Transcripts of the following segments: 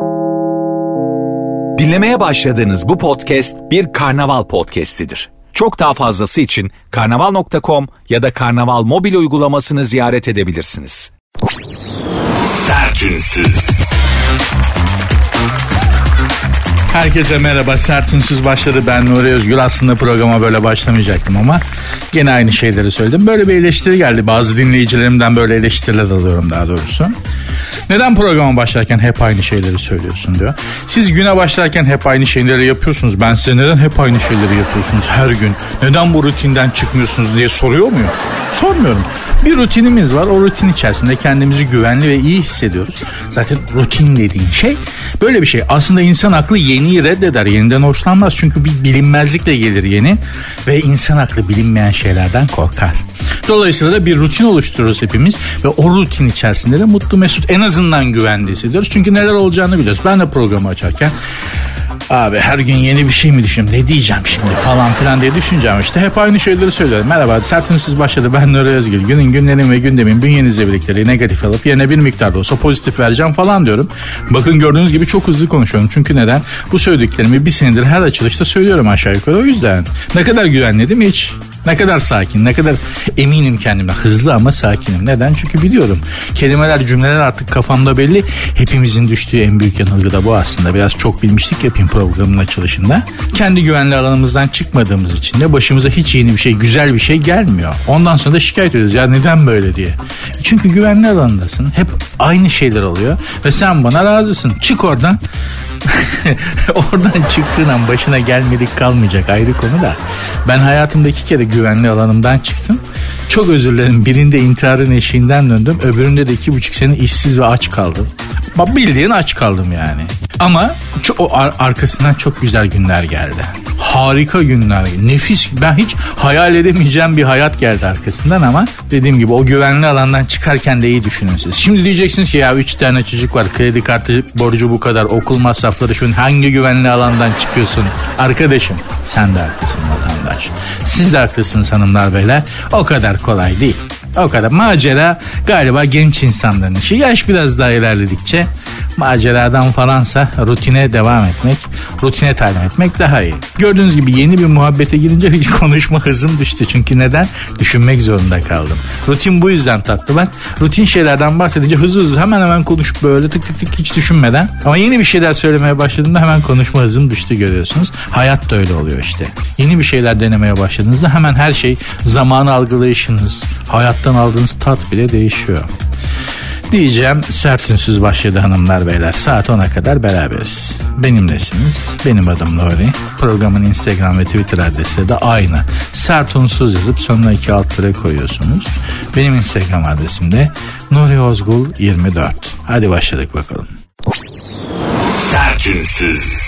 Dinlemeye başladığınız bu podcast bir Karnaval podcastidir. Çok daha fazlası için karnaval.com ya da Karnaval mobil uygulamasını ziyaret edebilirsiniz. Sertünsüz. Herkese merhaba. Sertünsüz başladı. Ben Nuri Özgül. Aslında programa böyle başlamayacaktım ama gene aynı şeyleri söyledim. Böyle bir eleştiri geldi. Bazı dinleyicilerimden böyle eleştiriler alıyorum daha doğrusu. Neden programa başlarken hep aynı şeyleri söylüyorsun diyor. Siz güne başlarken hep aynı şeyleri yapıyorsunuz. Ben size neden hep aynı şeyleri yapıyorsunuz her gün? Neden bu rutinden çıkmıyorsunuz diye soruyor muyum? Sormuyorum. Bir rutinimiz var. O rutin içerisinde kendimizi güvenli ve iyi hissediyoruz. Zaten rutin dediğin şey böyle bir şey. Aslında insan aklı yeniyi reddeder. Yeniden hoşlanmaz. Çünkü bir bilinmezlikle gelir yeni. Ve insan aklı bilinmeyen şeylerden korkar. Dolayısıyla da bir rutin oluştururuz hepimiz. Ve o rutin içerisinde de mutlu mesut, en azından güvende hissediyoruz. Çünkü neler olacağını biliyoruz. Ben de programı açarken abi her gün yeni bir şey mi düşünüyorum, ne diyeceğim şimdi falan filan diye düşüneceğim işte. Hep aynı şeyleri söylüyorum. Merhaba, Sertünsüz başladı. Ben Nuri Özgül. Günlerin ve gündemin bünyenizle birlikte negatif alıp yerine bir miktar da olsa pozitif vereceğim falan diyorum. Bakın gördüğünüz gibi çok hızlı konuşuyorum. Çünkü neden? Bu söylediklerimi bir senedir her açılışta söylüyorum aşağı yukarı. O yüzden ne kadar güvenli değil mi hiç? Ne kadar sakin, ne kadar eminim kendimden. Hızlı ama sakinim. Neden? Çünkü biliyorum. Kelimeler, cümleler artık kafamda belli. Hepimizin düştüğü en büyük yanılgı da bu aslında. Biraz çok bilmişlik yapayım programın açılışında. Kendi güvenli alanımızdan çıkmadığımız için de başımıza hiç yeni bir şey, güzel bir şey gelmiyor. Ondan sonra da şikayet ediyoruz. Ya neden böyle diye. Çünkü güvenli alanındasın. Hep aynı şeyler oluyor. Ve sen bana razısın. Çık oradan. Oradan çıktığın an başına gelmedik kalmayacak, ayrı konu da. Ben hayatımda 2 kere güvenli alanımdan çıktım. Çok özür dilerim. Birinde intiharın eşiğinden döndüm. Öbüründe de 2,5 sene işsiz ve aç kaldım. Bildiğin aç kaldım yani. Ama arkasından çok güzel günler geldi. Harika günler, nefis. Ben hiç hayal edemeyeceğim bir hayat geldi arkasından ama dediğim gibi o güvenli alandan çıkarken de iyi düşünün siz. Şimdi diyeceksiniz ki ya 3 tane çocuk var, kredi kartı borcu bu kadar, okul masrafları, şu hangi güvenli alandan çıkıyorsun? Arkadaşım, sen de haklısın vatandaş. Siz de haklısınız hanımlar beyler. O kadar kolay değil. O kadar. Macera galiba genç insanların işi. Yaş biraz daha ilerledikçe maceradan falansa rutine devam etmek, rutine talim etmek daha iyi. Gördüğünüz gibi yeni bir muhabbete girince hiç konuşma hızım düştü. Çünkü neden? Düşünmek zorunda kaldım. Rutin bu yüzden tatlı. Ben rutin şeylerden bahsedince hızlı hemen konuşup böyle tık hiç düşünmeden. Ama yeni bir şeyler söylemeye başladığımda hemen konuşma hızım düştü, görüyorsunuz. Hayat da öyle oluyor işte. Yeni bir şeyler denemeye başladığınızda hemen her şey, zamanı algılayışınız, hayattan aldığınız tat bile değişiyor. Diyeceğim, Sertünsüz başladı hanımlar beyler. Saat 10'a kadar beraberiz. Benimlesiniz. Benim adım Nuri. Programın Instagram ve Twitter adresi de aynı. Sertünsüz yazıp sonuna 2 alt tere koyuyorsunuz. Benim Instagram adresim de Nuri Ozgul 24. Hadi başladık bakalım. Sertünsüz.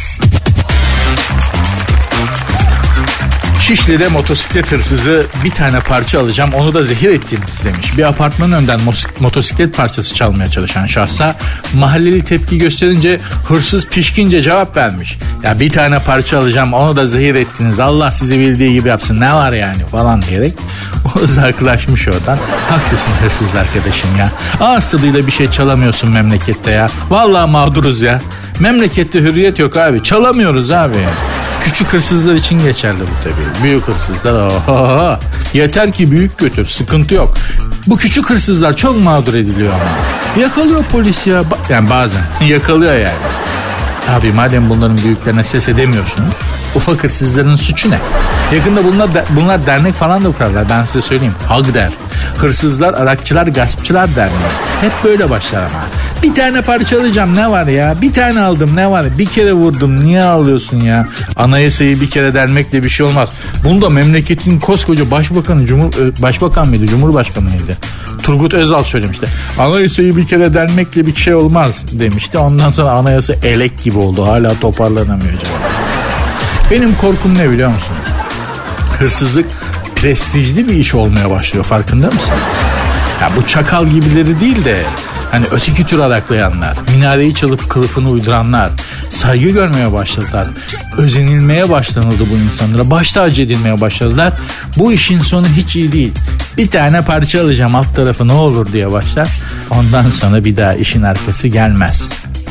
Şişli'de motosiklet hırsızı bir tane parça alacağım, onu da zehir ettiniz demiş. Bir apartmanın önünden motosiklet parçası çalmaya çalışan şahsa mahalleli tepki gösterince hırsız pişkince cevap vermiş. Ya bir tane parça alacağım, onu da zehir ettiniz, Allah sizi bildiği gibi yapsın, ne var yani falan diyerek o uzaklaşmış oradan. Haklısın hırsız arkadaşım ya. Ağız tadıyla bir şey çalamıyorsun memlekette ya. Vallahi mağduruz ya. Memlekette hürriyet yok abi. Çalamıyoruz abi. Küçük hırsızlar için geçerli bu tabii. Büyük hırsızlar yeter ki büyük götür, sıkıntı yok. Bu küçük hırsızlar çok mağdur ediliyor ama. Yakalıyor polis ya. Yani bazen yakalıyor yani. Abi madem bunların büyüklerine ses edemiyorsunuz, ufak hırsızların suçu ne? Yakında bunlar dernek falan da kurarlar, ben size söyleyeyim. Hagder, Hırsızlar, Arakçılar, Gaspçılar Derneği. Hep böyle başlar ama. Bir tane parça alacağım, ne var ya? Bir tane aldım, ne var? Bir kere vurdum, niye ağlıyorsun ya? Anayasayı bir kere delmekle bir şey olmaz. Bunu da memleketin koskoca başbakanı, başbakan mıydı, cumhurbaşkanı mıydı? Turgut Özal söylemişti. Anayasayı bir kere delmekle bir şey olmaz demişti. Ondan sonra anayasa elek gibi oldu. Hala toparlanamıyor canım. Benim korkum ne biliyor musunuz? Hırsızlık prestijli bir iş olmaya başlıyor, farkında mısınız? Ya bu çakal gibileri değil de hani öteki tür araklayanlar, minareyi çalıp kılıfını uyduranlar saygı görmeye başladılar. Özenilmeye başlanıldı bu insanlara. Baş tacı edilmeye başladılar. Bu işin sonu hiç iyi değil. Bir tane parça alacağım, alt tarafı ne olur diye başlar. Ondan sonra bir daha işin arkası gelmez.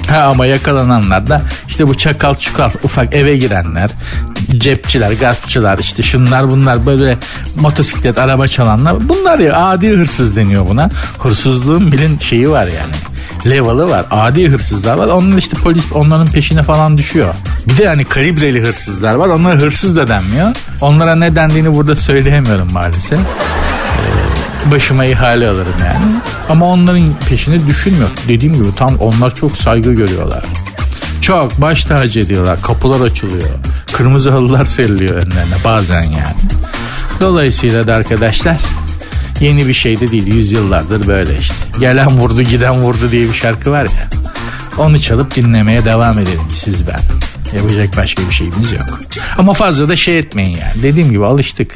Ama yakalananlar da işte bu çakal çukal ufak eve girenler, cepçiler, gaspçılar, işte şunlar bunlar, böyle motosiklet, araba çalanlar, bunlar ya adi hırsız deniyor buna. Hırsızlığın bilin şeyi var yani. Level'ı var. Adi hırsızlar var. Onlar işte polis onların peşine falan düşüyor. Bir de hani kalibreli hırsızlar var. Onlara hırsız da denmiyor. Onlara ne dendiğini burada söyleyemiyorum maalesef. Başıma ihale alırım yani. Ama onların peşine düşülmüyor. Dediğim gibi tam onlar çok saygı görüyorlar. Çok baş tacı ediyorlar. Kapılar açılıyor. Kırmızı halılar seriliyor önlerine bazen yani. Dolayısıyla da arkadaşlar yeni bir şey de değil. Yüzyıllardır böyle işte. Gelen vurdu giden vurdu diye bir şarkı var ya. Onu çalıp dinlemeye devam edelim siz ben. Yapacak başka bir şeyimiz yok. Ama fazla da şey etmeyin yani. Dediğim gibi alıştık.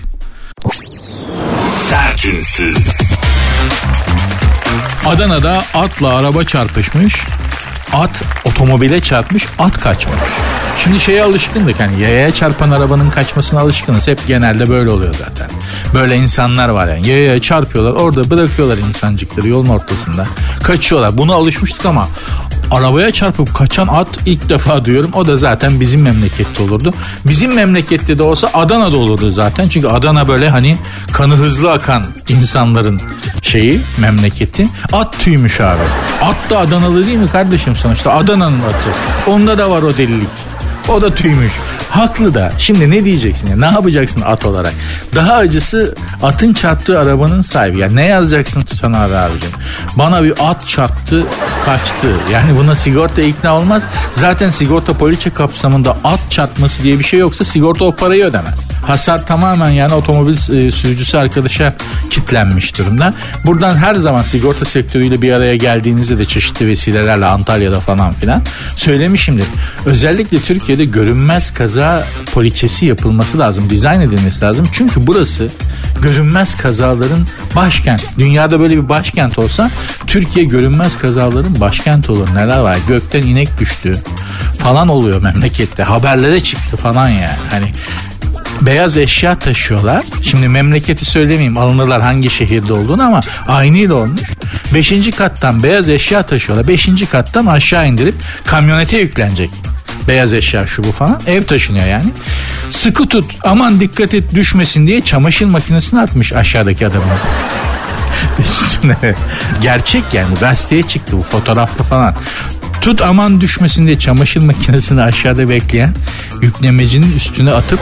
Sertünsüz. Adana'da atla araba çarpışmış. At otomobile çarpmış, at kaçmış. Şimdi şeye alışkındık, hani yayaya çarpan arabanın kaçmasına alışkınız. Hep genelde böyle oluyor zaten. Böyle insanlar var yani, yayaya çarpıyorlar, orada bırakıyorlar insancıkları yolun ortasında. Kaçıyorlar, buna alışmıştık ama arabaya çarpıp kaçan at ilk defa duyuyorum. O da zaten bizim memlekette olurdu. Bizim memlekette de olsa Adana'da olurdu zaten. Çünkü Adana böyle hani kanı hızlı akan insanların şeyi, memleketi. At tüymüş abi. At da Adanalı değil mi kardeşim sonuçta? Adana'nın atı. Onda da var o delilik. O da tüymüş. Haklı da. Şimdi ne diyeceksin ya? Ne yapacaksın at olarak? Daha acısı atın çarptığı arabanın sahibi. Ya ne yazacaksın Tutan abi abicim? Bana bir at çarptı, kaçtı. Yani buna sigorta ikna olmaz. Zaten sigorta poliçe kapsamında at çarpması diye bir şey yoksa sigorta o parayı ödemez. Hasar tamamen yani otomobil sürücüsü arkadaşa kitlenmiş durumda. Buradan her zaman sigorta sektörüyle bir araya geldiğinizde de çeşitli vesilelerle Antalya'da falan filan söylemişimdir. Özellikle Türkiye'de görünmez kaza poliçesi yapılması lazım, dizayn edilmesi lazım. Çünkü burası görünmez kazaların başkent. Dünyada böyle bir başkent olsa Türkiye görünmez kazaların başkenti olur. Neler var? Gökten inek düştü falan oluyor memlekette. Haberlere çıktı falan yani. Hani beyaz eşya taşıyorlar. Şimdi memleketi söylemeyeyim, alınırlar hangi şehirde olduğunu, ama aynı da olmuş. 5. kattan beyaz eşya taşıyorlar. 5. kattan aşağı indirip kamyonete yüklenecek. Beyaz eşya şu bu falan. Ev taşınıyor yani. Sıkı tut, aman dikkat et düşmesin diye çamaşır makinesine atmış aşağıdaki adamı. Üstüne. Gerçek yani, bu gazeteye çıktı, bu fotoğraflı falan. Tut aman düşmesin diye çamaşır makinesini aşağıda bekleyen yüklemecinin üstüne atıp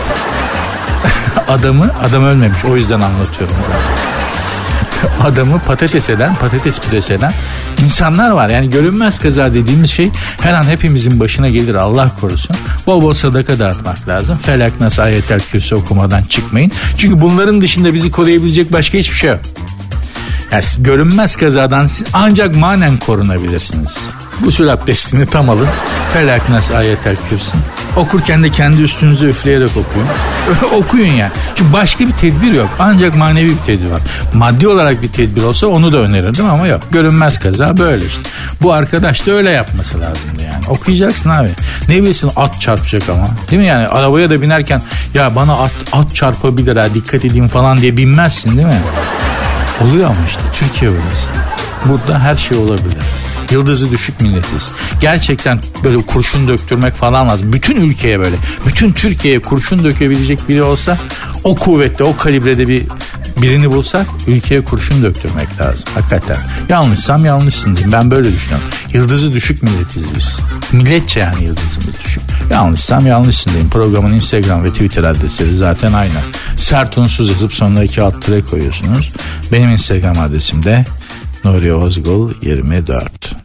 adam ölmemiş, o yüzden anlatıyorum zaten. Adamı patates püresi eden insanlar var. Yani görünmez kaza dediğimiz şey her an hepimizin başına gelir, Allah korusun. Bol bol sadaka dağıtmak lazım. Felak Nas, Ayetel Kürsi okumadan çıkmayın. Çünkü bunların dışında bizi koruyabilecek başka hiçbir şey yok. Yani görünmez kazadan siz ancak manen korunabilirsiniz. Gusül abdestini tam alın. Felak Nas, Ayetel Kürsi. Okurken de kendi üstünüze üfleyerek okuyun. Okuyun yani. Çünkü başka bir tedbir yok. Ancak manevi bir tedbir var. Maddi olarak bir tedbir olsa onu da önerirdim ama yok. Görünmez kaza böyle işte. Bu arkadaş da öyle yapması lazımdı yani. Okuyacaksın abi. Ne bilsin at çarpacak ama. Değil mi yani? Arabaya da binerken ya bana at çarpabilir ha, dikkat edeyim falan diye binmezsin değil mi? Oluyor ama işte Türkiye burası. Burada her şey olabilir. Yıldızı düşük milletiz. Gerçekten böyle kurşun döktürmek falan lazım. Bütün ülkeye böyle, bütün Türkiye'ye kurşun dökebilecek biri olsa, o kuvvette, o kalibrede birini bulsak ülkeye kurşun döktürmek lazım. Hakikaten. Yanlışsam yanlışsın diyeyim. Ben böyle düşünüyorum. Yıldızı düşük milletiz biz. Milletçe yani yıldızımız düşük. Yanlışsam yanlışsın diyeyim. Programın Instagram ve Twitter adresleri zaten aynı. Sert unsuz yazıp sonuna 2 alt tire koyuyorsunuz. Benim Instagram adresim de Nuri Ozgul 24.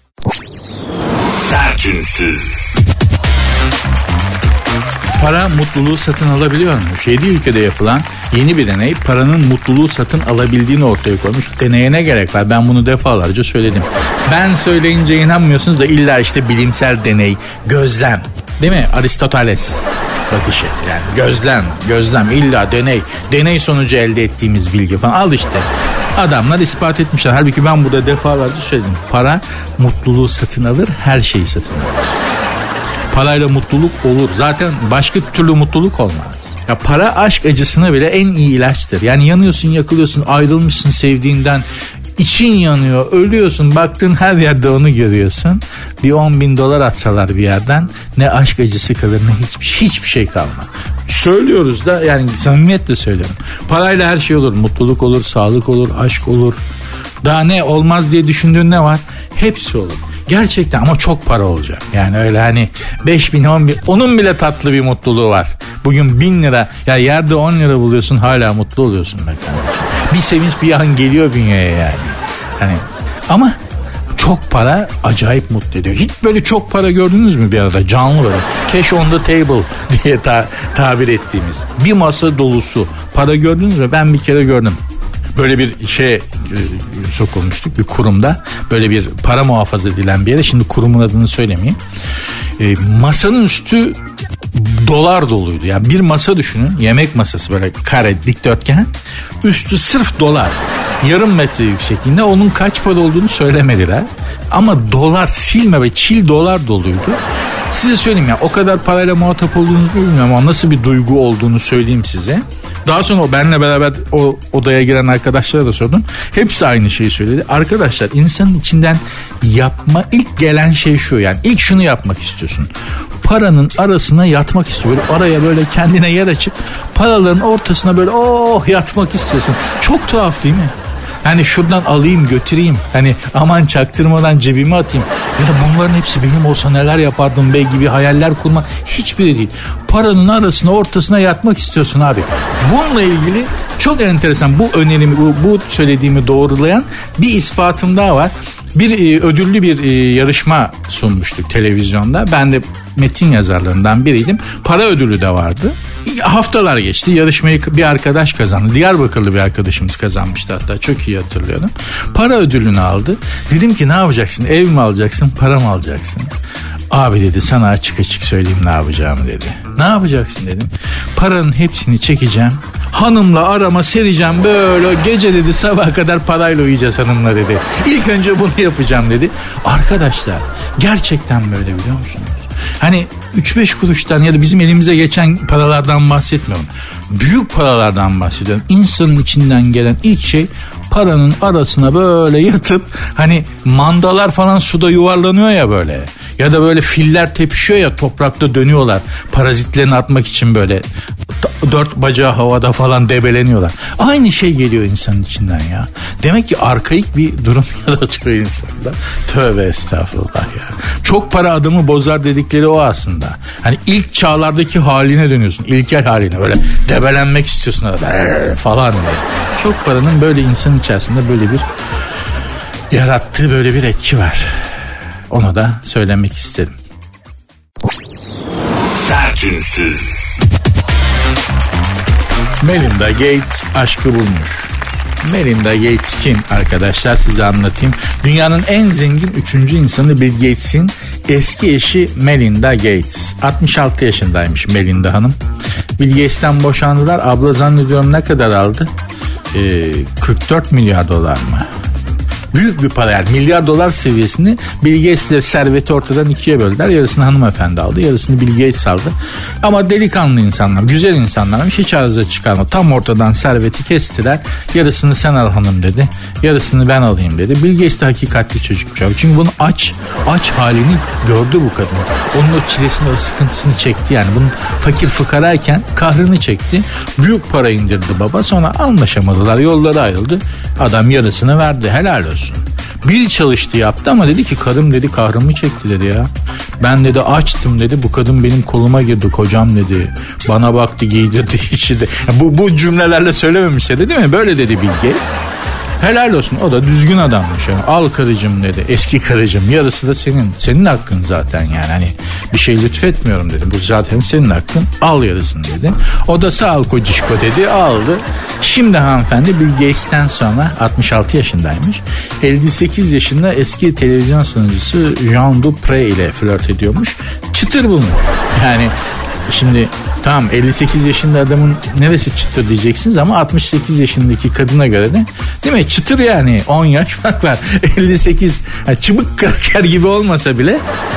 Sertünsüz. Para mutluluğu satın alabiliyormuş. 7 ülkede yapılan yeni bir deney paranın mutluluğu satın alabildiğini ortaya koymuş. Deneye ne gerek var? Ben bunu defalarca söyledim. Ben söyleyince inanmıyorsunuz da illa işte bilimsel deney, gözlem. Değil mi? Aristoteles bakışı. Yani gözlem, illa deney sonucu elde ettiğimiz bilgi falan. Al işte. Adamlar ispat etmişler. Halbuki ben burada defalarca söyledim. Para mutluluğu satın alır, her şeyi satın alır. Parayla mutluluk olur. Zaten başka türlü mutluluk olmaz. Ya para aşk acısına bile en iyi ilaçtır. Yani yanıyorsun, yakılıyorsun, ayrılmışsın sevdiğinden, İçin yanıyor, ölüyorsun. Baktığın her yerde onu görüyorsun. Bir $10.000 atsalar bir yerden ne aşk acısı kalır ne hiçbir şey kalmaz. Söylüyoruz da, yani samimiyetle söylüyorum. Parayla her şey olur. Mutluluk olur, sağlık olur, aşk olur. Daha ne olmaz diye düşündüğün ne var? Hepsi olur. Gerçekten, ama çok para olacak. Yani öyle hani 5.000, 10.000, onun bile tatlı bir mutluluğu var. Bugün 1.000 lira, ya yerde 10 lira buluyorsun, hala mutlu oluyorsun be kardeşim. Bir sevinç bir an geliyor bünyeye yani. Hani ama çok para acayip mutlu ediyor. Hiç böyle çok para gördünüz mü bir arada canlı böyle? Cash on the table diye tabir ettiğimiz. Bir masa dolusu para gördünüz mü? Ben bir kere gördüm. Böyle bir sokulmuştuk bir kurumda. Böyle bir para muhafaza edilen bir yere. Şimdi kurumun adını söylemeyeyim. Masanın üstü dolar doluydu. Yani bir masa düşünün. Yemek masası böyle kare dikdörtgen. Üstü sırf dolar. Yarım metre yüksekliğinde. Onun kaç para olduğunu söylemediler. Ama dolar silme ve çil dolar doluydu. Size söyleyeyim ya, o kadar parayla muhatap olduğunuzu bilmiyorum ama nasıl bir duygu olduğunu söyleyeyim size. Daha sonra o benle beraber o odaya giren arkadaşlara da sordum. Hepsi aynı şeyi söyledi. Arkadaşlar, insanın içinden ilk gelen şey şu, yani ilk şunu yapmak istiyorsun. Paranın arasına yatmak istiyor. Böyle araya böyle kendine yer açıp paraların ortasına böyle yatmak istiyorsun. Çok tuhaf değil mi? Hani şuradan alayım götüreyim. Hani aman çaktırmadan cebime atayım. Ya da bunların hepsi benim olsa neler yapardım be gibi hayaller kurmak hiçbiri değil. Paranın arasına ortasına yatmak istiyorsun abi. Bununla ilgili çok enteresan, bu önerimi, bu söylediğimi doğrulayan bir ispatım daha var. Bir ödüllü bir yarışma sunmuştuk televizyonda. Ben de metin yazarlarından biriydim. Para ödülü de vardı. Haftalar geçti. Yarışmayı bir arkadaş kazandı. Diyarbakırlı bir arkadaşımız kazanmıştı hatta. Çok iyi hatırlıyorum. Para ödülünü aldı. Dedim ki ne yapacaksın? Ev mi alacaksın? Para mı alacaksın? Abi dedi, sana açık açık söyleyeyim ne yapacağımı dedi. Ne yapacaksın dedim. Paranın hepsini çekeceğim. Hanımla arama sereceğim böyle. Gece dedi sabaha kadar parayla uyuyacağız hanımla dedi. İlk önce bunu yapacağım dedi. Arkadaşlar gerçekten böyle, biliyor musunuz? Hani 3-5 kuruştan ya da bizim elimize geçen paralardan bahsetmiyorum. Büyük paralardan bahsediyorum. İnsanın içinden gelen ilk şey, paranın arasına böyle yatıp, hani mandalar falan suda yuvarlanıyor ya böyle. Ya da böyle filler tepişiyor ya, toprakta dönüyorlar. Parazitlerini atmak için böyle 4 bacağı havada falan debeleniyorlar. Aynı şey geliyor insanın içinden ya. Demek ki arkaik bir durum yaratıyor insanda. Tövbe estağfurullah ya. Çok para adamı bozar dedikleri o aslında. Hani ilk çağlardaki haline dönüyorsun. İlkel haline, böyle debelenmek istiyorsun falan diye. Çok paranın böyle insanın içerisinde böyle bir yarattığı böyle bir etki var. Onu da söylemek istedim. Sertünsüz. Melinda Gates aşkı bulmuş. Melinda Gates kim arkadaşlar, size anlatayım. Dünyanın en zengin 3. insanı Bill Gates'in eski eşi Melinda Gates. 66 yaşındaymış Melinda Hanım. Bill Gates'ten boşandılar. Abla zannediyorum ne kadar aldı? 44 milyar dolar mı? Büyük bir para yani, milyar dolar seviyesini. Bill Gates'le serveti ortadan ikiye böldüler. Yarısını hanımefendi aldı, yarısını Bill Gates aldı. Ama delikanlı insanlar, güzel insanlarmış, hiç arıza çıkarmadı. Tam ortadan serveti kestiler. Yarısını sen al hanım dedi, yarısını ben alayım dedi. Bill Gates de hakikatli çocukmuş abi. Çünkü bunun aç halini gördü bu kadın. Onun o çilesini, o sıkıntısını çekti yani. Bunun fakir fıkarayken kahrını çekti. Büyük para indirdi baba. Sonra anlaşamadılar, yolları ayrıldı. Adam yarısını verdi, helal olsun. Bir çalıştı yaptı ama dedi ki karım dedi kahrımı çekti dedi ya. Ben dedi açtım dedi, bu kadın benim koluma girdi kocam dedi. Bana baktı, giydirdi içi de. Bu cümlelerle söylememişse de değil mi? Böyle dedi Bill Gates. Helal olsun, o da düzgün adammış yani. Al karıcığım dedi, eski karıcığım, yarısı da senin hakkın zaten yani, hani bir şey lütfetmiyorum dedi, bu zaten senin hakkın, al yarısını dedi. O da sağ ol kocişko dedi, aldı. Şimdi hanımefendi Bill Gates'ten sonra 66 yaşındaymış, 58 yaşında eski televizyon sunucusu Jean Dupré ile flört ediyormuş. Çıtır bulmuş yani. Şimdi tamam, 58 yaşında adamın neresi çıtır diyeceksiniz ama 68 yaşındaki kadına göre de değil mi çıtır yani, 10 yaş fark var. 58 yani çıbık kraker gibi olmasa bile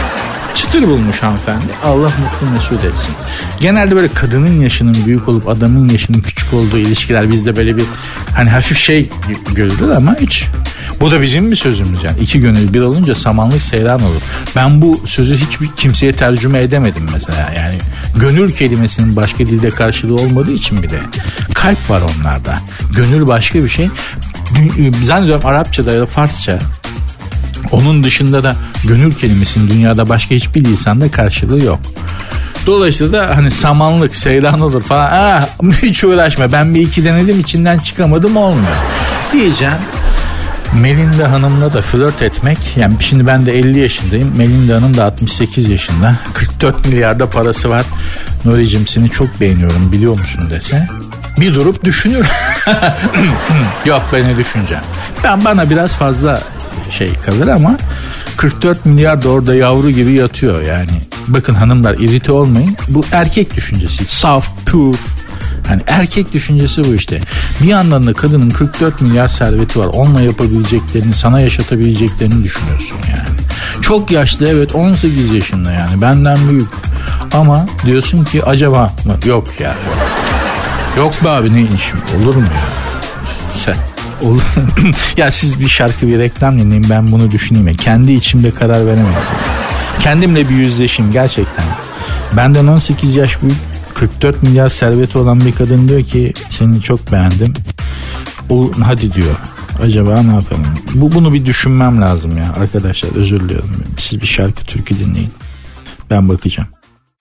çıtır bulmuş hanımefendi. Allah mutlu mesut etsin. Genelde böyle kadının yaşının büyük olup adamın yaşının küçük olduğu ilişkiler bizde böyle bir hani hafif şey görülür ama hiç. Bu da bizim bir sözümüz yani. İki gönül bir olunca samanlık seyran olur. Ben bu sözü hiçbir kimseye tercüme edemedim mesela. Yani gönül kelimesinin başka dilde karşılığı olmadığı için bir de kalp var onlarda. Gönül başka bir şey. Zannediyorum Arapçada ya da Farsça, onun dışında da gönül kelimesinin dünyada başka hiçbir lisanda karşılığı yok. Dolayısıyla da hani samanlık seyran olur falan, hiç uğraşma, ben bir iki denedim içinden çıkamadım, olmuyor diyeceğim. Melinda Hanım'la da flört etmek, yani şimdi ben de 50 yaşındayım, Melinda Hanım da 68 yaşında, 44 milyarda parası var. Nuri'cim seni çok beğeniyorum biliyor musun dese bir durup düşünür. Yok, beni düşüneceğim. Bana biraz fazla şey kalır ama 44 milyar da orada yavru gibi yatıyor yani. Bakın hanımlar, irite olmayın. Bu erkek düşüncesi. Saf, pure. Hani erkek düşüncesi bu işte. Bir yandan da kadının 44 milyar serveti var. Onunla yapabileceklerini, sana yaşatabileceklerini düşünüyorsun yani. Çok yaşlı, evet, 18 yaşında yani. Benden büyük. Ama diyorsun ki acaba mı? Yok ya. Yok be abi, ne işim? Olur mu ya? Sen olur. Ya siz bir şarkı, bir reklam dinleyin, ben bunu düşüneyim ya. Kendi içimde karar veremedim. Kendimle bir yüzleşeyim gerçekten. Benden 18 yaş büyük, 44 milyar serveti olan bir kadın diyor ki seni çok beğendim. Hadi diyor. Acaba ne yapalım? Bunu bir düşünmem lazım ya arkadaşlar, özür diliyorum. Siz bir şarkı, türkü dinleyin. Ben bakacağım.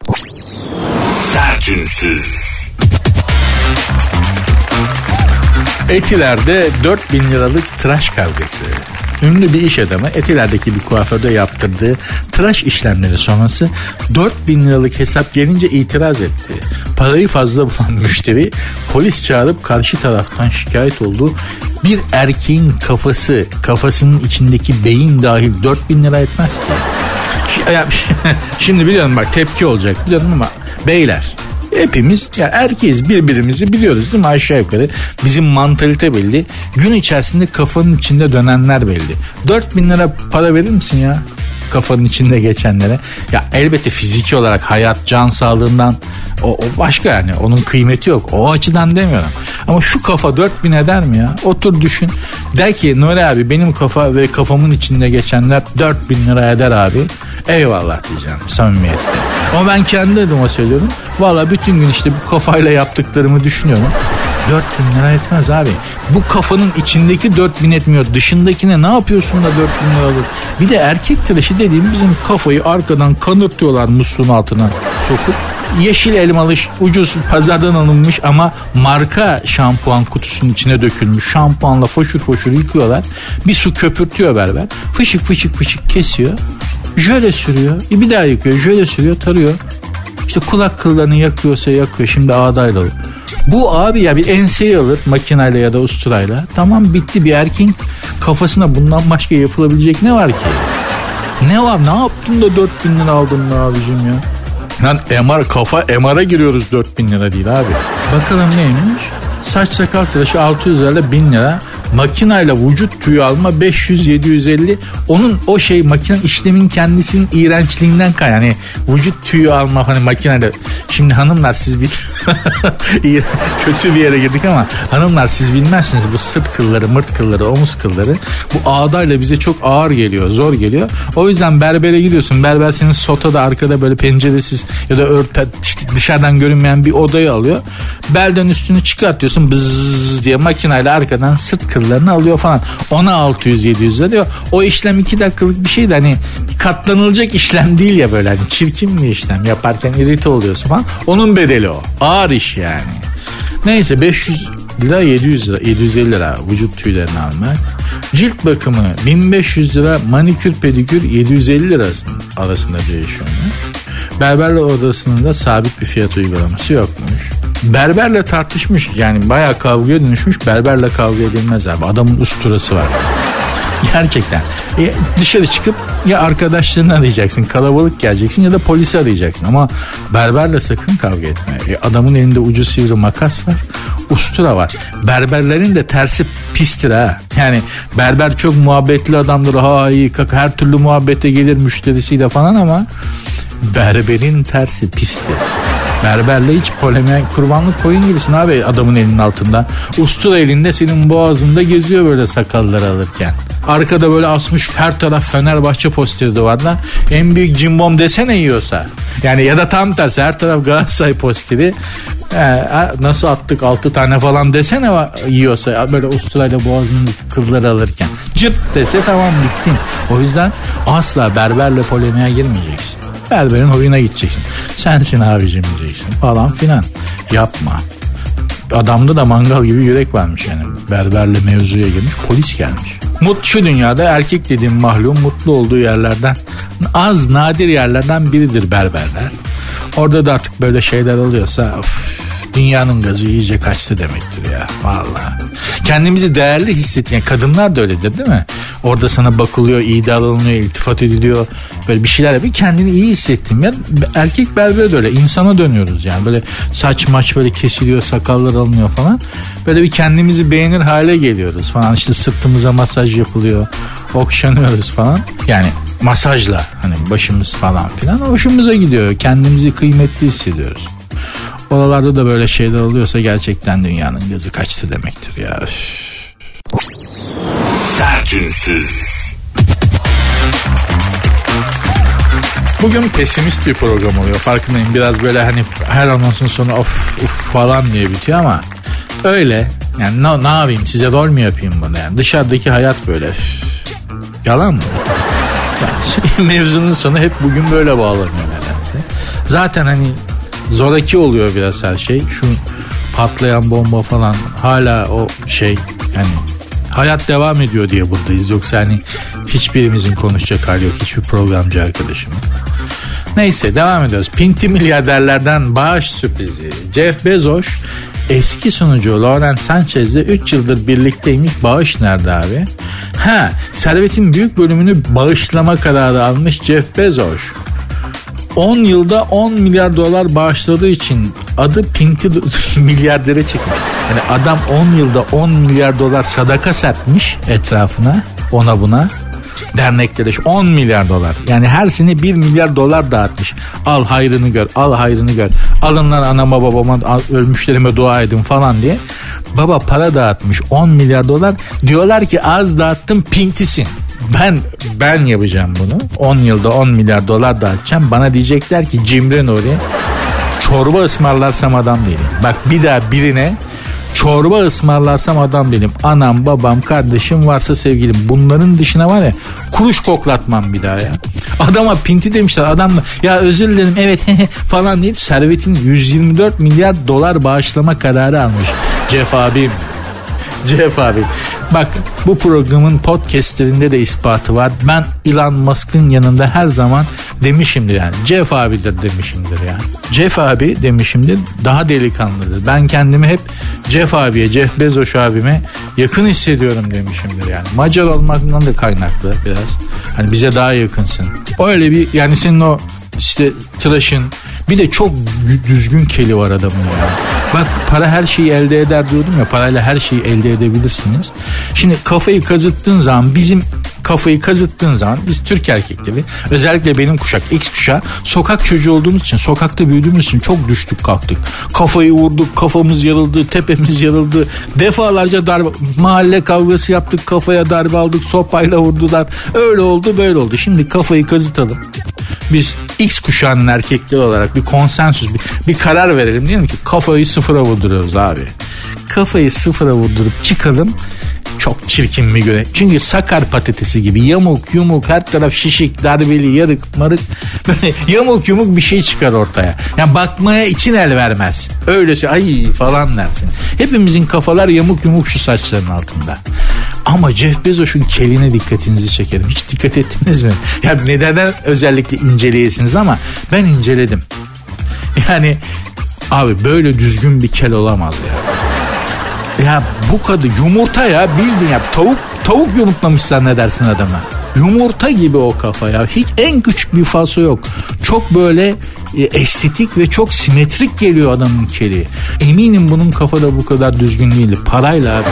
Sertünsüz. Etiler'de 4.000 liralık tıraş kavgası. Ünlü bir iş adamı Etiler'deki bir kuaförde yaptırdığı tıraş işlemleri sonrası 4.000 liralık hesap gelince itiraz etti. Parayı fazla bulan müşteri polis çağırıp karşı taraftan şikayet oldu. Bir erkeğin kafasının içindeki beyin dahil 4.000 lira etmez ki. Şimdi biliyorum, bak tepki olacak biliyorum ama beyler, hepimiz ya erkeğiz, birbirimizi biliyoruz değil mi, aşağı yukarı bizim mantalite belli, gün içerisinde kafanın içinde dönenler belli. 4.000 lira para verir misin ya kafanın içinde geçenlere? Ya elbette fiziki olarak hayat, can sağlığından o başka yani, onun kıymeti yok, o açıdan demiyorum ama şu kafa 4.000 eder mi ya? Otur düşün, der ki Nuri abi benim kafa ve kafamın içinde geçenler 4.000 lira eder abi, eyvallah diyeceğim samimiyetle. Ama ben kendi adıma söylüyorum, valla bütün gün işte bu kafayla yaptıklarımı düşünüyorum. 4.000 lira etmez abi. Bu kafanın içindeki 4.000 etmiyor. Dışındakine ne yapıyorsun da 4.000 lira alır? Bir de erkek tıraşı dediğim, bizim kafayı arkadan kanırtıyorlar musluğun altına sokup. Yeşil elmalı ucuz pazardan alınmış ama marka şampuan kutusunun içine dökülmüş şampuanla foşur foşur yıkıyorlar. Bir su köpürtüyor berber. Fışık fışık fışık kesiyor. Jöle sürüyor. Bir daha yıkıyor. Jöle sürüyor, tarıyor. İşte kulak kıllarını yakıyorsa yakıyor. Şimdi ağdayla alıyor. Bu abi ya bir enseyi alır makineyle ya da usturayla. Tamam, bitti. Bir erkeğin kafasına bundan başka yapılabilecek ne var ki? Ne var? Ne yaptın da 4.000 lira aldın mı abicim ya? Lan MR'a giriyoruz, 4.000 lira değil abi. Bakalım neymiş? Saç sakal tıraşı 600 lira, 1000 lira. Makinayla vücut tüyü alma 500-750. Onun o şey makine işlemin kendisinin iğrençliğinden yani vücut tüyü alma hani makinayla. Şimdi hanımlar siz kötü bir yere girdik ama hanımlar siz bilmezsiniz, bu sırt kılları, mırt kılları, omuz kılları bu ağdayla bize çok ağır geliyor, zor geliyor. O yüzden berbere gidiyorsun. Berber senin sotada arkada böyle penceresiz ya da işte dışarıdan görünmeyen bir odayı alıyor. Belden üstünü çıkartıyorsun, bzzz diye makinayla arkadan sırt kıllarını alıyor falan. Ona 600-700 lira diyor. O işlem 2 dakikalık bir şeydi, hani katlanılacak işlem değil ya, böyle hani çirkin bir işlem, yaparken irite oluyorsun falan. Onun bedeli o. Ağır iş yani. Neyse 500 lira 700 lira 750 lira vücut tüylerini almak. Cilt bakımı 1500 lira, manikür pedikür 750 lira arasında değişiyor. Berberler odasının da sabit bir fiyat uygulaması yokmuş. Berberle tartışmış, yani bayağı kavgaya dönüşmüş. Berberle kavga edilmez abi, adamın usturası var gerçekten. Dışarı çıkıp ya arkadaşlarını arayacaksın, kalabalık geleceksin ya da polisi arayacaksın ama berberle sakın kavga etme. Adamın elinde ucu sivri makas var, ustura var. Berberlerin de tersi pistir ha. Yani berber çok muhabbetli adamdır, her türlü muhabbete gelir müşterisiyle falan ama Berberin tersi pistir. Berberle hiç polemiğe, kurbanlık koyun gibisin abi adamın elinin altında. Ustura elinde senin boğazında geziyor böyle sakalları alırken. Arkada böyle asmış her taraf Fenerbahçe posteri duvarda. En büyük cimbom desene yiyorsa. Yani ya da tam tersi her taraf Galatasaray posteri. Nasıl attık 6 tane falan desene yiyorsa böyle usturayla boğazındaki kılları alırken. Cırt dese tamam bittin. O yüzden asla berberle polemiğe girmeyeceksin. Berberin huyuna gideceksin. Sensin abicim diyeceksin falan filan. Yapma. Adamda da mangal gibi yürek varmış yani. Berberle mevzuya girmiş, polis gelmiş. Şu dünyada erkek dediğim mahlum mutlu olduğu yerlerden az nadir yerlerden biridir berberler. Orada da artık böyle şeyler oluyorsa dünyanın gazı iyice kaçtı demektir ya. Vallahi. Kendimizi değerli hissettiğin kadınlar da öyledir değil mi? Orada sana bakılıyor, iyi davranılıyor, iltifat ediliyor. Böyle bir şeyler yapıyor. Kendini iyi hissettiğin yer. Erkek berbere de öyle. İnsana dönüyoruz yani. Böyle saç maç böyle kesiliyor, sakallar alınıyor falan. Böyle bir kendimizi beğenir hale geliyoruz falan. İşte sırtımıza masaj yapılıyor. Okşanıyoruz falan. Yani masajla hani başımız falan filan hoşumuza gidiyor. Kendimizi kıymetli hissediyoruz. Oralarda da böyle şeyler oluyorsa gerçekten dünyanın gözü kaçtı demektir ya. Sertünsüz. Bugün pesimist bir program oluyor. Farkındayım. Biraz böyle hani her anonsun sonu of falan diye bitiyor ama öyle. Yani ne yapayım size rol mü yapayım bunu yani. Dışarıdaki hayat böyle. Yalan mı? Yani mevzunun sonu hep bugün böyle bağlanıyor nedense. Zaten hani zoraki oluyor biraz her şey. Şu patlayan bomba falan hala o şey yani hayat devam ediyor diye buradayız. Yoksa hani hiçbirimizin konuşacak hali yok. Hiçbir programcı arkadaşım. Neyse devam ediyoruz. Pinti milyarderlerden bağış sürprizi. Jeff Bezos eski sunucu Laurent Sanchez'le 3 yıldır birlikteymiş. Bağış nerede abi? Servetin büyük bölümünü bağışlama kararı almış Jeff Bezos. 10 yılda 10 milyar dolar bağışladığı için adı Pinti milyardere çıkmış. Yani adam 10 yılda 10 milyar dolar sadaka serpmiş etrafına, ona buna. Derneklere 10 milyar dolar. Yani her sene 1 milyar dolar dağıtmış. Al hayrını gör, al hayrını gör. Alın lan anama babama, ölmüşlerime dua edin falan diye. Baba para dağıtmış 10 milyar dolar. Diyorlar ki az dağıttım pintisin. Ben yapacağım bunu. 10 yılda 10 milyar dolar dağıtacağım. Bana diyecekler ki Cimri Nuri çorba ısmarlarsam adam değilim. Bak bir daha birine çorba ısmarlarsam adam değilim. Anam, babam, kardeşim varsa sevgilim. Bunların dışına var ya kuruş koklatmam bir daha ya. Adama pinti demişler. Adam da ya özür dilerim evet falan deyip servetin 124 milyar dolar bağışlama kararı almış. Jeff abi bak bu programın podcastlerinde de ispatı var. Ben Elon Musk'ın yanında her zaman demişimdir yani. Jeff abidir demişimdir yani. Jeff abi demişimdir daha delikanlıdır. Ben kendimi hep Jeff abiye, Jeff Bezos abime yakın hissediyorum demişimdir yani. Macar olmaktan da kaynaklı biraz. Hani bize daha yakınsın. Öyle bir yani senin o işte tıraşın bir de çok düzgün keli var adamın ya. Bak para her şeyi elde eder diyordum ya, parayla her şeyi elde edebilirsiniz. Şimdi kafayı kazıttığın zaman biz Türk erkekleri özellikle benim kuşak X kuşağı sokak çocuğu olduğumuz için sokakta büyüdüğümüz için çok düştük kalktık. Kafayı vurduk, kafamız yarıldı, tepemiz yarıldı. Defalarca darbe, mahalle kavgası yaptık, kafaya darbe aldık, sopayla vurdular. Öyle oldu böyle oldu. Şimdi kafayı kazıtalım. Biz X kuşağının erkekleri olarak bir konsensüs, bir karar verelim diyelim ki kafayı sıfıra vurduruyoruz abi. Kafayı sıfıra vurdurup çıkalım. Çok çirkin bir görev. Çünkü sakar patatesi gibi yamuk yumuk her taraf şişik, darbeli, yarık, marık böyle yamuk yumuk bir şey çıkar ortaya. Yani bakmaya için el vermez. Öylesi ay falan dersin. Hepimizin kafalar yamuk yumuk şu saçların altında. Ama Jeff Bezos'un keline dikkatinizi çekerim. Hiç dikkat ettiniz mi? Ya neden özellikle inceleyesiniz ama ben inceledim. Yani abi böyle düzgün bir kel olamaz ya. Ya bu kadar yumurta ya bildin ya tavuk yumurtlamış zannedersin adama. Yumurta gibi o kafa ya. Hiç en küçük bir falso yok. Çok böyle estetik ve çok simetrik geliyor adamın keli. Eminim bunun kafada bu kadar düzgün değildi. Parayla abi.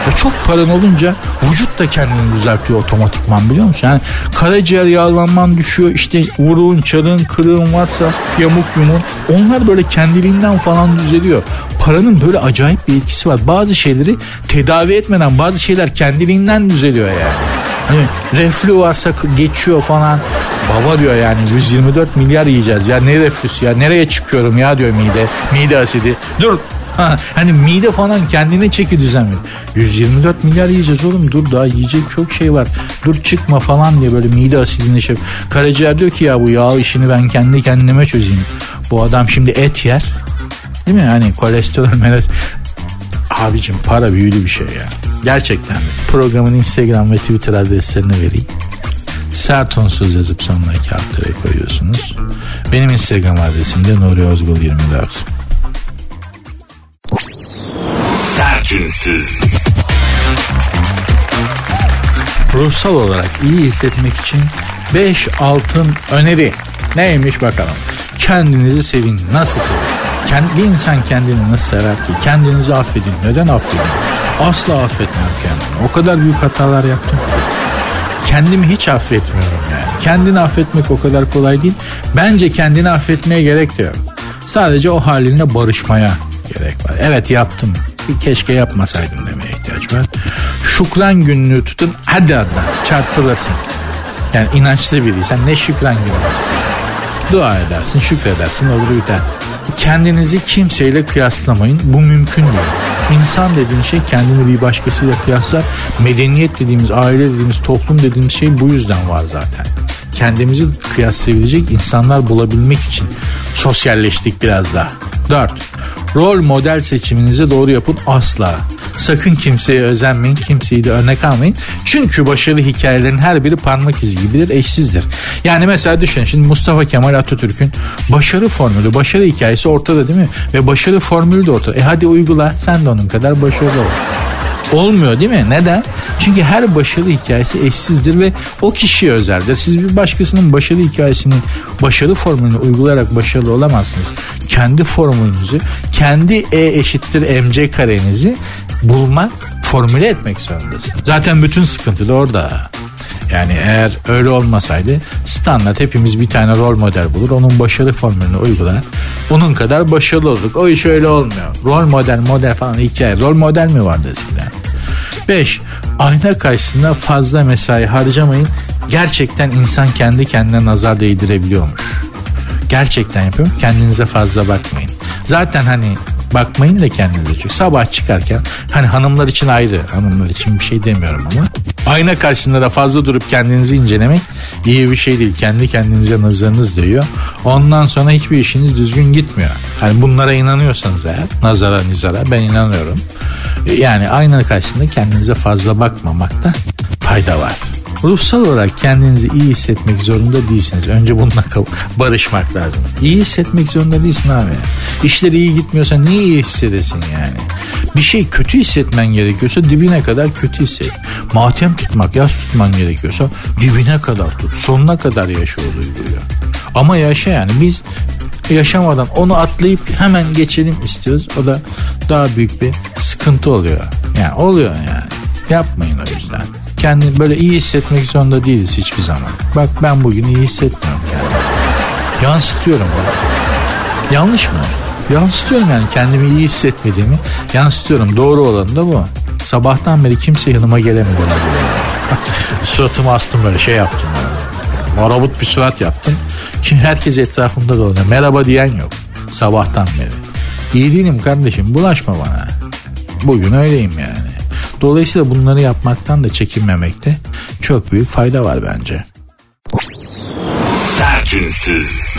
Çok paran olunca vücut da kendini düzeltiyor otomatikman, biliyor musun? Yani karaciğer yağlanman düşüyor, işte vuruğun, çarığın, kırığın varsa yamuk yumuk, onlar böyle kendiliğinden falan düzeliyor. Paranın böyle acayip bir etkisi var. Bazı şeyleri tedavi etmeden bazı şeyler kendiliğinden düzeliyor yani. Hani reflü varsa geçiyor falan. Baba diyor yani 124 milyar yiyeceğiz ya, ne reflüsü ya, nereye çıkıyorum ya diyor mide asidi. Dur. Hani mide falan kendine çeki düzenliyor. 124 milyar yiyeceğiz oğlum, dur daha yiyecek çok şey var. Dur çıkma falan diye böyle mide asidini şey. Karaciğer diyor ki ya bu yağ işini ben kendi kendime çözeyim. Bu adam şimdi et yer. Değil mi? Hani kolesterol Abicim para büyülü bir şey ya. Gerçekten. Programın Instagram ve Twitter adreslerini vereyim. Sert Unsuz yazıp sonuna 2 alt tere koyuyorsunuz. Benim Instagram adresim de Nuri Ozgul 24. Sertünsüz. Ruhsal olarak iyi hissetmek için 5 altın öneri. Neymiş bakalım. Kendinizi sevin. Nasıl sevin? Bir insan kendini nasıl sever ki? Kendinizi affedin. Neden affedin? Asla affetmem kendimi. O kadar büyük hatalar yaptım ki. Kendimi hiç affetmiyorum yani. Kendini affetmek o kadar kolay değil. Bence kendini affetmeye gerek de yok. Sadece o haline barışmaya gerek var. Evet yaptım. Keşke yapmasaydım demeye ihtiyaç var. Şükran gününü tutun. Hadi çarpılırsın. Yani inançlı biriysen ne şükran günü olsun. Dua edersin, şükredersin, olur biter. Kendinizi kimseyle kıyaslamayın. Bu mümkün değil. İnsan dediğin şey kendini bir başkasıyla kıyaslar. Medeniyet dediğimiz, aile dediğimiz, toplum dediğimiz şey bu yüzden var zaten. Kendimizi kıyaslayabilecek insanlar bulabilmek için sosyalleştik biraz daha. 4. Rol model seçiminizi doğru yapın asla. Sakın kimseye özenmeyin, kimseyi de örnek almayın. Çünkü başarılı hikayelerin her biri parmak izi gibidir, eşsizdir. Yani mesela düşünün, şimdi Mustafa Kemal Atatürk'ün başarı formülü, başarı hikayesi ortada değil mi? Ve başarı formülü de ortada. Hadi uygula, sen de onun kadar başarılı ol. Olmuyor değil mi? Neden? Çünkü her başarı hikayesi eşsizdir ve o kişiye özeldir. Siz bir başkasının başarı hikayesini, başarı formülünü uygulayarak başarılı olamazsınız. Kendi formülünüzü, kendi E = MC karenizi bulmak, formüle etmek zorundasınız. Zaten bütün sıkıntı da orada. Yani eğer öyle olmasaydı standart hepimiz bir tane rol model bulur, onun başarı formülünü uygular, onun kadar başarılı olurduk. O iş öyle olmuyor. Rol model falan hikaye. Rol model mi vardı eskiden? 5. Ayna karşısında fazla mesai harcamayın. Gerçekten insan kendi kendine nazar değdirebiliyormuş. Gerçekten yapıyorum. Kendinize fazla bakmayın. Zaten hani bakmayın da kendinize. Çünkü sabah çıkarken hani hanımlar için ayrı, hanımlar için bir şey demiyorum ama ayna karşısında da fazla durup kendinizi incelemek iyi bir şey değil. Kendi kendinize nazarınız değiyor. Ondan sonra hiçbir işiniz düzgün gitmiyor. Hani bunlara inanıyorsanız eğer, nazara nizara, ben inanıyorum. Yani ayna karşısında kendinize fazla bakmamakta fayda var. Ruhsal olarak kendinizi iyi hissetmek zorunda değilsiniz. Önce bununla barışmak lazım. İyi hissetmek zorunda değilsin abi. İşler iyi gitmiyorsa niye iyi hissedesin yani? Bir şey kötü hissetmen gerekiyorsa dibine kadar kötü hisset. Matem tutmak, yas tutman gerekiyorsa dibine kadar tut. Sonuna kadar yaşa o duyguyu. Ama yaşa yani, biz yaşamadan onu atlayıp hemen geçelim istiyoruz. O da daha büyük bir sıkıntı oluyor. Yani oluyor yani. Yapmayın o yüzden. Kendini böyle iyi hissetmek zorunda değiliz hiçbir zaman. Bak ben bugün iyi hissetmiyorum yani. Yansıtıyorum bak. Yanlış mı? Yansıtıyorum yani, kendimi iyi hissetmediğimi yansıtıyorum. Doğru olan da bu. Sabahtan beri kimse yanıma gelemedi. Suratımı astım böyle, şey yaptım böyle. Marabut bir surat yaptım. Çünkü herkes etrafımda dolanıyor. Merhaba diyen yok. Sabahtan beri. İyi değilim kardeşim, bulaşma bana. Bugün öyleyim yani. Dolayısıyla bunları yapmaktan da çekinmemekte çok büyük fayda var bence. Sertünsüz.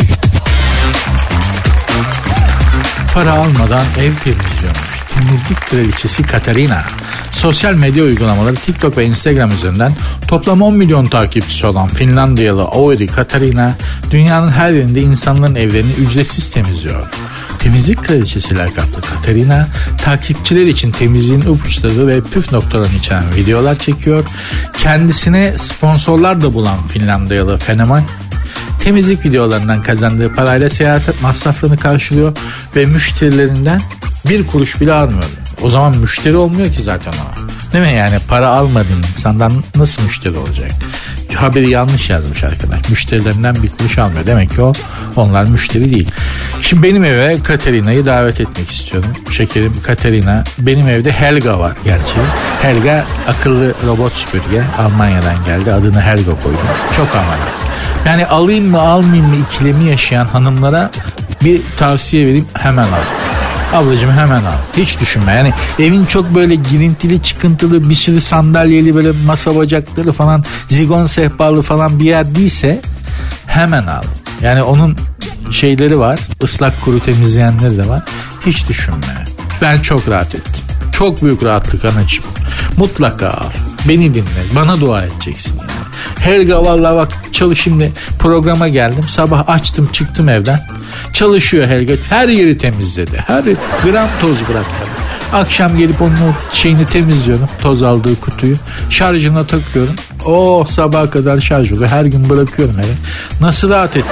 Para almadan ev temizliyormuş temizlik kraliçesi Katarina. Sosyal medya uygulamaları TikTok ve Instagram üzerinden toplam 10 milyon takipçisi olan Finlandiyalı Auri Katarina dünyanın her yerinde insanların evlerini ücretsiz temizliyor. Temizlik kraliçesi lakaplı Katarina takipçiler için temizliğin ipuçları ve püf noktalarını içeren videolar çekiyor. Kendisine sponsorlar da bulan Finlandiyalı fenomen temizlik videolarından kazandığı parayla seyahat masraflarını karşılıyor ve müşterilerinden bir kuruş bile almıyor. O zaman müşteri olmuyor ki zaten o. Değil mi yani, para almadığın insandan nasıl müşteri olacak? Haberi yanlış yazmış arkadaş. Müşterilerinden bir kuruş almıyor. Demek ki onlar müşteri değil. Şimdi benim eve Katerina'yı davet etmek istiyorum. Şekerim Katerina. Benim evde Helga var gerçi. Helga akıllı robot süpürge. Almanya'dan geldi. Adını Helga koydum. Çok amarat. Yani alayım mı almayayım mı ikilemi yaşayan hanımlara bir tavsiye vereyim, hemen al. Ablacığım hemen al. Hiç düşünme. Yani evin çok böyle girintili çıkıntılı, bir sürü sandalyeli, böyle masa bacakları falan, zigon sehpalı falan bir yer değilse hemen al. Yani onun şeyleri var, ıslak kuru temizleyenleri de var. Hiç düşünme. Ben çok rahat ettim. Çok büyük rahatlık anacığım. Mutlaka al. Beni dinle. Bana dua edeceksin yani. Helga vallahi bak, şimdi programa geldim. Sabah açtım çıktım evden. Çalışıyor Helga. Her yeri temizledi. Her gram toz bırakmadı. Akşam gelip onun şeyini temizliyorum. Toz aldığı kutuyu. Şarjına takıyorum. Sabaha kadar şarj oluyor. Her gün bırakıyorum eve. Nasıl rahat ettim?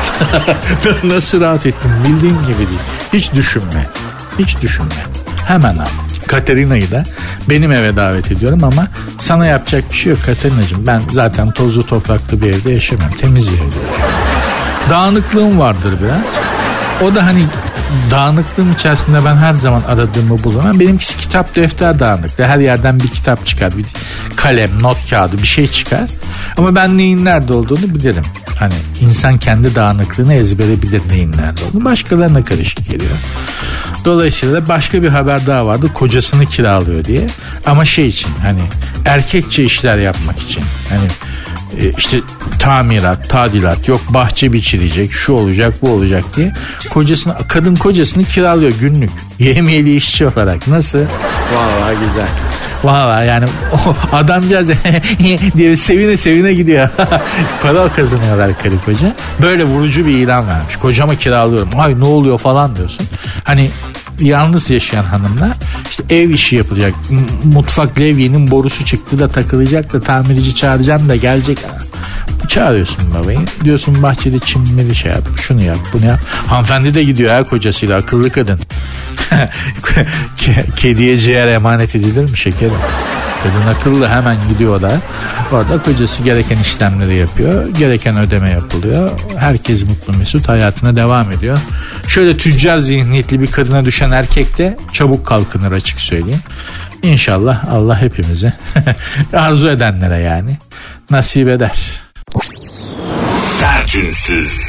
Nasıl rahat ettim? Bildiğin gibi değil. Hiç düşünme. Hiç düşünme. Hemen al. Katerina'yı da benim eve davet ediyorum ama sana yapacak bir şey yok Katerina'cığım. Ben zaten tozlu topraklı bir evde yaşamam. Temiz bir evde yaşamam. Dağınıklığım vardır biraz. O da hani dağınıklığın içerisinde ben her zaman aradığımı bulurum. Benimkisi kitap defter dağınıklığı. Her yerden bir kitap çıkar. Bir kalem, not kağıdı bir şey çıkar. Ama ben neyin nerede olduğunu bilirim. Hani insan kendi dağınıklığını ezbere bilir neyin nerede olduğunu. Başkalarına karışık geliyor. Dolayısıyla başka bir haber daha vardı. Kocasını kiralıyor diye. Ama şey için, hani erkekçe işler yapmak için. Hani işte tamirat, tadilat, yok bahçe biçilecek, şu olacak, bu olacak diye kadın kocasını kiralıyor günlük. Yemiyeli işçi olarak. Nasıl? Vallahi güzel. Vallahi yani adamcağız diye sevine gidiyor. Para kazanıyorlar karı koca. Böyle vurucu bir ilan vermiş. Kocama kiralıyorum. Ay ne oluyor falan diyorsun. Hani yalnız yaşayan hanımlar, işte ev işi yapılacak. Mutfak levyenin borusu çıktı da takılacak da tamirci çağıracağım da gelecek. Çağırıyorsun babayı. Diyorsun bahçede çimleri şey yap, şunu yap, bunu yap. Hanımefendi de gidiyor kocasıyla, akıllı kadın. Kediye ciğer emanet edilir mi şekerim? Kadın akıllı, hemen gidiyor da. Orada kocası gereken işlemleri yapıyor. Gereken ödeme yapılıyor. Herkes mutlu mesut hayatına devam ediyor. Şöyle tüccar zihniyetli bir kadına düşen erkek de çabuk kalkınır, açık söyleyeyim. İnşallah Allah hepimizi arzu edenlere yani nasip eder. Sertünsüz.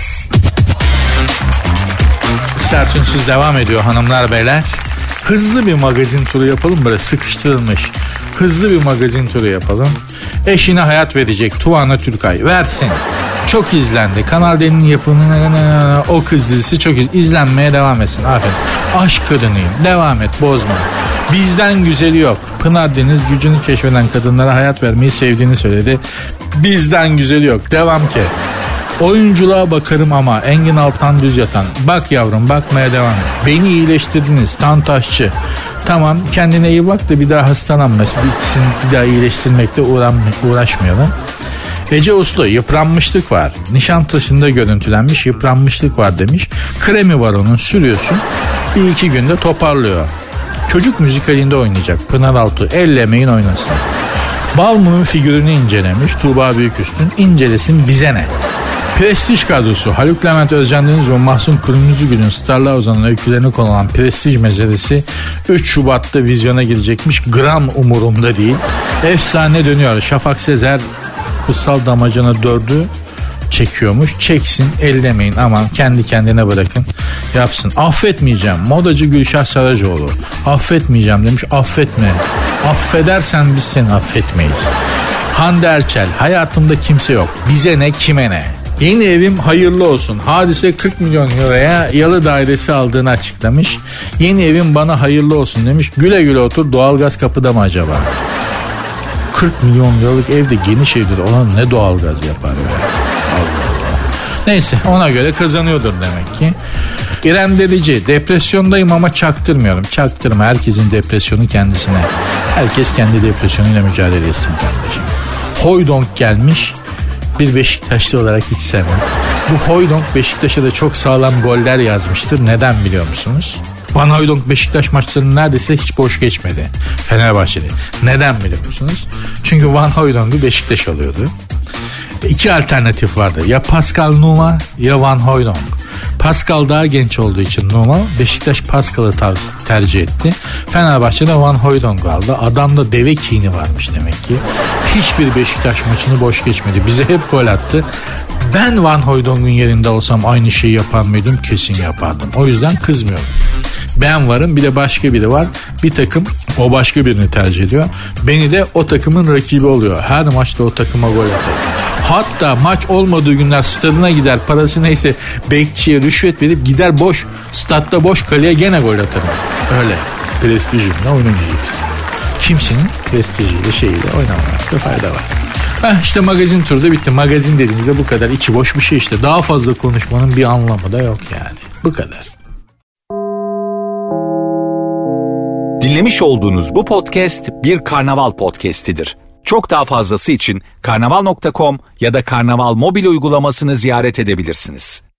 Sertünsüz devam ediyor hanımlar beyler. Hızlı bir magazin turu yapalım, böyle sıkıştırılmış. Hızlı bir magazin turu yapalım. Eşine hayat verecek Tuana Türkay. Versin. Çok izlendi. Kanal D'nin yapımı O Kız dizisi çok izlenmeye devam etsin. Aferin. Aşk kadınıyım. Devam et, bozma. Bizden güzeli yok. Pınar Deniz gücünü keşfeden kadınlara hayat vermeyi sevdiğini söyledi. Bizden güzeli yok. Devam ki. Oyunculuğa bakarım ama Engin Altan Düz Yatan. Bak yavrum, bakmaya devam et. Beni iyileştirdiniz Tantaşçı. Tamam, kendine iyi bak da bir daha hastalanma. Bitsin, bir daha iyileştirmekle uğraşmayalım. Ece Uslu, yıpranmışlık var. Nişantaşı'nda görüntülenmiş yıpranmışlık var demiş. Kremi var onun, sürüyorsun. Bir iki günde toparlıyor. Çocuk müzikalinde oynayacak Pınar Altuğ. Ellemeyin, oynasın. Balmum'un figürünü incelemiş Tuğba Büyüküstün. İncelesin, bize ne? Prestij kadrosu Haluk Levent, Özcan Deniz ve Mahsun Kırmızıgül'ün starlığa uzanan öykülerine konulan Prestij meselesi 3 Şubat'ta vizyona girecekmiş. Gram umurumda değil. Efsane dönüyor. Şafak Sezer Kutsal Damacana 4'ü çekiyormuş. Çeksin, ellemeyin, aman kendi kendine bırakın yapsın. Affetmeyeceğim. Modacı Gülşah Saracoğlu. Affetmeyeceğim demiş. Affetme. Affedersen biz seni affetmeyiz. Hande Erçel, hayatımda kimse yok. Bize ne, kime ne? Yeni evim hayırlı olsun. Hadise 40 milyon euroya yalı dairesi aldığını açıklamış. Yeni evim bana hayırlı olsun demiş. Güle güle otur, doğalgaz kapıda mı acaba? 40 milyon liralık evde, geniş evdir olan ne doğalgaz yapar ya? Allah Allah. Neyse, ona göre kazanıyordur demek ki. İrem Derici, depresyondayım ama çaktırmıyorum. Çaktırma, herkesin depresyonu kendisine. Herkes kendi depresyonuyla mücadele etsin kardeşim. Hoydonk gelmiş. Bir Beşiktaşlı olarak hiç sevmem. Bu Hoydonk Beşiktaş'a da çok sağlam goller yazmıştır. Neden biliyor musunuz? Van Hooijdonk Beşiktaş maçlarının neredeyse hiç boş geçmedi Fenerbahçe'de. Neden biliyor musunuz? Çünkü Van Hooijdonk'u Beşiktaş alıyordu. İki alternatif vardı. Ya Pascal Numa ya Van Hooijdonk. Pascal daha genç olduğu için Numa, Beşiktaş Pascal'ı tercih etti. Fenerbahçe'de Van Hooijdonk aldı. Adamda deve kini varmış demek ki. Hiçbir Beşiktaş maçını boş geçmedi. Bize hep gol attı. Ben Van Hooijdonk'un yerinde olsam aynı şeyi yapar mıydım? Kesin yapardım. O yüzden kızmıyorum. Ben varım, bir de başka biri var. Bir takım o başka birini tercih ediyor. Beni de o takımın rakibi oluyor. Her maçta o takıma gol atar. Hatta maç olmadığı günler stadına gider, parası neyse bekçiye rüşvet verip gider boş statta, boş kaleye gene gol atarım. Öyle prestijimle oynamayacaksın. Kimsenin prestijiyle şeyiyle oynamamakta fayda var. İşte magazin turu da bitti. Magazin dediğinizde bu kadar içi boş bir şey işte. Daha fazla konuşmanın bir anlamı da yok yani. Bu kadar. Dinlemiş olduğunuz bu podcast bir Karnaval podcastidir. Çok daha fazlası için karnaval.com ya da Karnaval mobil uygulamasını ziyaret edebilirsiniz.